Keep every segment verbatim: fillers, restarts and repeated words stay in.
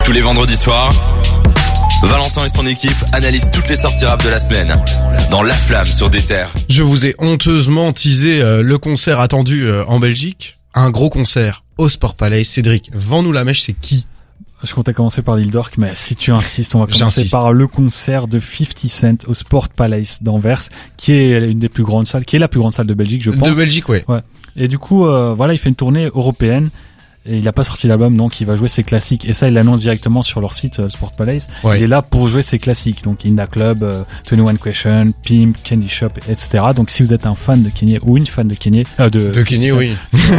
Tous les vendredis soirs, Valentin et son équipe analysent toutes les sorties rap de la semaine dans La Flamme sur des terres. Je vous ai honteusement teasé euh, le concert attendu euh, en Belgique. Un gros concert au Sport Palace. Cédric, vends-nous la mèche, c'est qui? Je comptais commencer par Lil Durk, mais si tu insistes, on va commencer J'insiste. par le concert de fifty Cent au Sport Palace d'Anvers, qui est une des plus grandes salles, qui est la plus grande salle de Belgique, je pense. De Belgique, ouais. Ouais. Et du coup, euh, voilà, il fait une tournée européenne. Et il a pas sorti l'album, donc il va jouer ses classiques. Et ça, il l'annonce directement sur leur site, euh, Sport Palace. Ouais. Il est là pour jouer ses classiques. Donc Inda Club, euh, twenty-one Question, Pimp, Candy Shop, et cetera. Donc si vous êtes un fan de Kanye ou une fan de Kanye, euh, de, De Kanye, oui.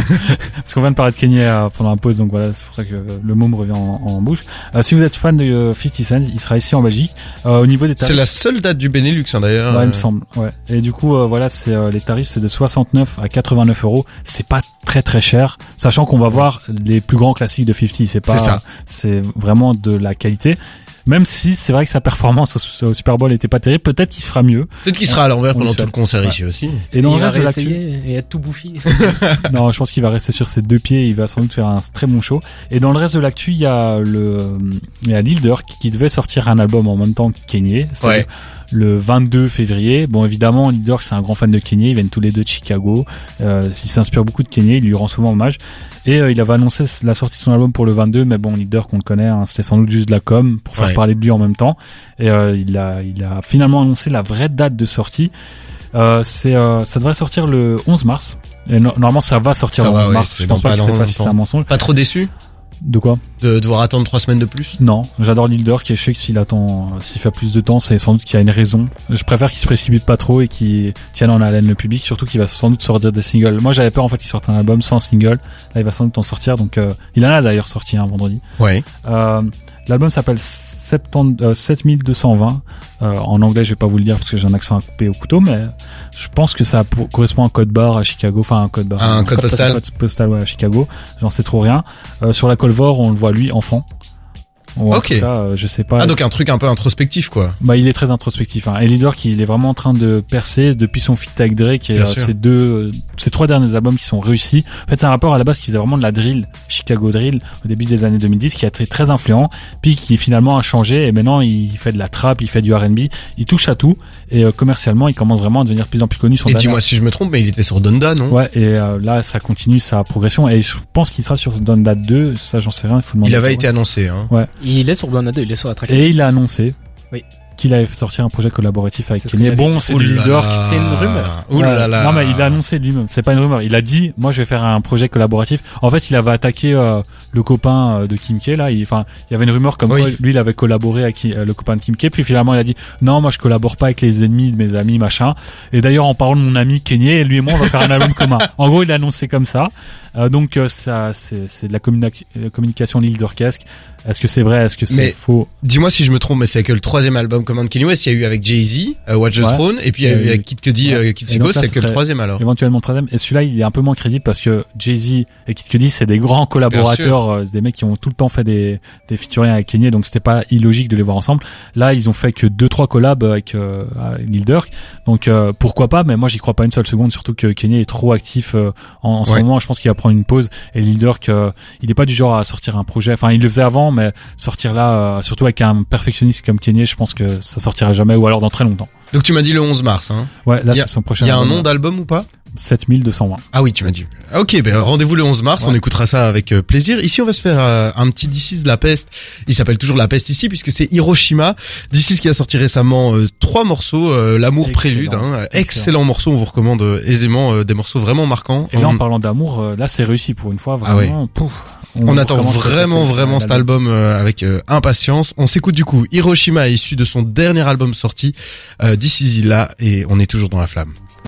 parce qu'on vient de parler de Kanye euh, pendant un pause, donc voilà, c'est pour ça que euh, le mot me revient en, en bouche. Euh, si vous êtes fan de euh, fifty Cent, il sera ici en Belgique. Euh, au niveau des tarifs, C'est la seule date du Benelux, hein, d'ailleurs. ouais, il me Euh, semble. Ouais. Et du coup, euh, voilà, c'est euh, les tarifs, c'est de soixante-neuf à quatre-vingt-neuf euros. C'est pas très très cher, sachant qu'on va voir les plus grands classiques de fifty. C'est pas, C'est ça. c'est vraiment de la qualité. Même si c'est vrai que sa performance au, au Super Bowl était pas terrible, peut-être qu'il fera mieux. Peut-être qu'il sera à l'envers On pendant le tout le concert Ouais. ici aussi. Et dans il le va reste de l'actu, réessayer et être tout bouffi. non, je pense qu'il va rester sur ses deux pieds. Il va sans doute faire un très bon show. Et dans le reste de l'actu, il y a le, il y a Lil Durk qui devait sortir un album en même temps que Kanye. C'est Ouais. le vingt-deux février. Bon, évidemment, Lil Durk, c'est un grand fan de Kanye. Ils viennent tous les deux de Chicago. Euh, il s'inspire beaucoup de Kanye. Il lui rend souvent hommage. Et euh, il avait annoncé la sortie de son album pour le vingt-deux. Mais bon, Lil Durk, on le connaît, hein, c'était sans doute juste de la com pour faire Ouais. parler de lui en même temps. Et euh, il a, il a finalement annoncé la vraie date de sortie. Euh, c'est, euh, ça devrait sortir le onze mars. Et no- normalement, ça va sortir Ça le va, onze ouais, mars. c'est Je pense dans pas pas que cette fois-ci longtemps. c'est un mensonge. Pas trop déçu De quoi? de devoir attendre trois semaines de plus? Non, j'adore Lil Durk et je sais que s'il attend, euh, s'il fait plus de temps, c'est sans doute qu'il y a une raison. Je préfère qu'il se précipite pas trop et qu'il tienne en haleine le public, surtout qu'il va sans doute sortir des singles. Moi, j'avais peur en fait qu'il sorte un album sans single. Là, il va sans doute en sortir, donc euh, il en a d'ailleurs sorti un vendredi. Ouais. Euh, l'album s'appelle soixante-dix, euh, sept mille deux cent vingt. Euh, en anglais, je vais pas vous le dire parce que j'ai un accent à couper au couteau, mais je pense que ça pour- correspond à un code barre à Chicago, enfin un code barre, Un code postal. Un code postal ouais, à Chicago. J'en sais trop rien. Euh, sur la Colvor, on le voit lui enfant. Ou en Ok. tout cas, euh, je sais pas. Ah, donc un truc un peu introspectif, quoi. Bah, il est très introspectif. Hein. Et Lil Durk, il est vraiment en train de percer depuis son feat avec Drake et Bien euh, sûr. ces deux, euh, ces trois derniers albums qui sont réussis. En fait, c'est un rappeur à la base qui faisait vraiment de la drill, Chicago drill, au début des années deux mille dix, qui a été très influent, puis qui finalement a changé et maintenant il fait de la trap, il fait du R and B, il touche à tout et euh, commercialement, il commence vraiment à devenir de plus en plus connu. Son Et dernier- dis-moi si je me trompe, mais il était sur Donda, non? Ouais, et euh, là, ça continue sa progression et je pense qu'il sera sur Donda deux, ça j'en sais rien, il faut demander. Il avait à- été annoncé, hein. Il est sur Blonde deux, il est sur la tracklist. Et il a annoncé Oui. qu'il allait sortir un projet collaboratif avec C'est ce que Kanye. j'avais Bon, dit. c'est Ouh du là Lil Durk. là. C'est une rumeur. Ouh là Ouais. là. Non mais il a annoncé lui-même, c'est pas une rumeur. Il a dit, moi je vais faire un projet collaboratif. En fait, il avait attaqué euh, le copain euh, de Kim K là. Il, enfin, il y avait une rumeur comme Oui. quoi lui il avait collaboré avec euh, le copain de Kim K. Puis finalement il a dit, non moi je collabore pas avec les ennemis de mes amis machin. Et d'ailleurs en parlant de mon ami Kanye, lui et moi on va faire un album commun. En gros il a annoncé comme ça. Euh, donc euh, ça c'est c'est de la communi- euh, communication Lil Durkesque. Est-ce que c'est vrai? Est-ce que c'est Mais- faux? Dis-moi si je me trompe, mais c'est que le troisième album commun de Kanye West, il y a eu avec Jay-Z, euh, Watch the Ouais. Throne, et puis il y a eu avec Kid Cudi, Ouais. euh, Kid Et Sigo, donc là, c'est ce que le serait- troisième alors. Éventuellement troisième. Et celui-là, il est un peu moins crédible parce que Jay-Z et Kid Cudi, c'est des grands collaborateurs. euh, C'est des mecs qui ont tout le temps fait des, des featuring avec Kanye, donc c'était pas illogique de les voir ensemble. Là, ils ont fait que deux, trois collabs avec, euh, avec Lil Durk. Donc, euh, pourquoi pas, mais moi, j'y crois pas une seule seconde, surtout que Kanye est trop actif euh, en, en ce Ouais. moment. Je pense qu'il va prendre une pause. Et Lil Durk, euh, il est pas du genre à sortir un projet. Enfin, il le faisait avant, mais sortir là, euh, surtout avec un perfectionniste comme Kanye, je pense que ça sortira jamais ou alors dans très longtemps. Donc tu m'as dit le onze mars, hein. Ouais, là, Y a- c'est son prochain Il y a un album, nom d'album ou pas? sept mille deux cent vingt. Ah oui, tu m'as dit. Ok, ben rendez-vous le onze mars, Ouais. on écoutera ça avec euh, plaisir. Ici, on va se faire euh, un petit D six de la peste. Il s'appelle toujours La Peste ici, puisque c'est Hiroshima. D six qui a sorti récemment euh, trois morceaux, euh, L'amour Excellent. prélude, hein. Excellent, Excellent. morceau, on vous recommande euh, aisément euh, des morceaux vraiment marquants. Et là, en on, parlant d'amour, euh, là, c'est réussi pour une fois, Ah vraiment. Pouf, on attend recommence vraiment, cet vraiment cet album euh, avec euh, impatience. On s'écoute du coup Hiroshima, issu de son dernier album sorti, euh, This Is Là, et on est toujours dans la flamme.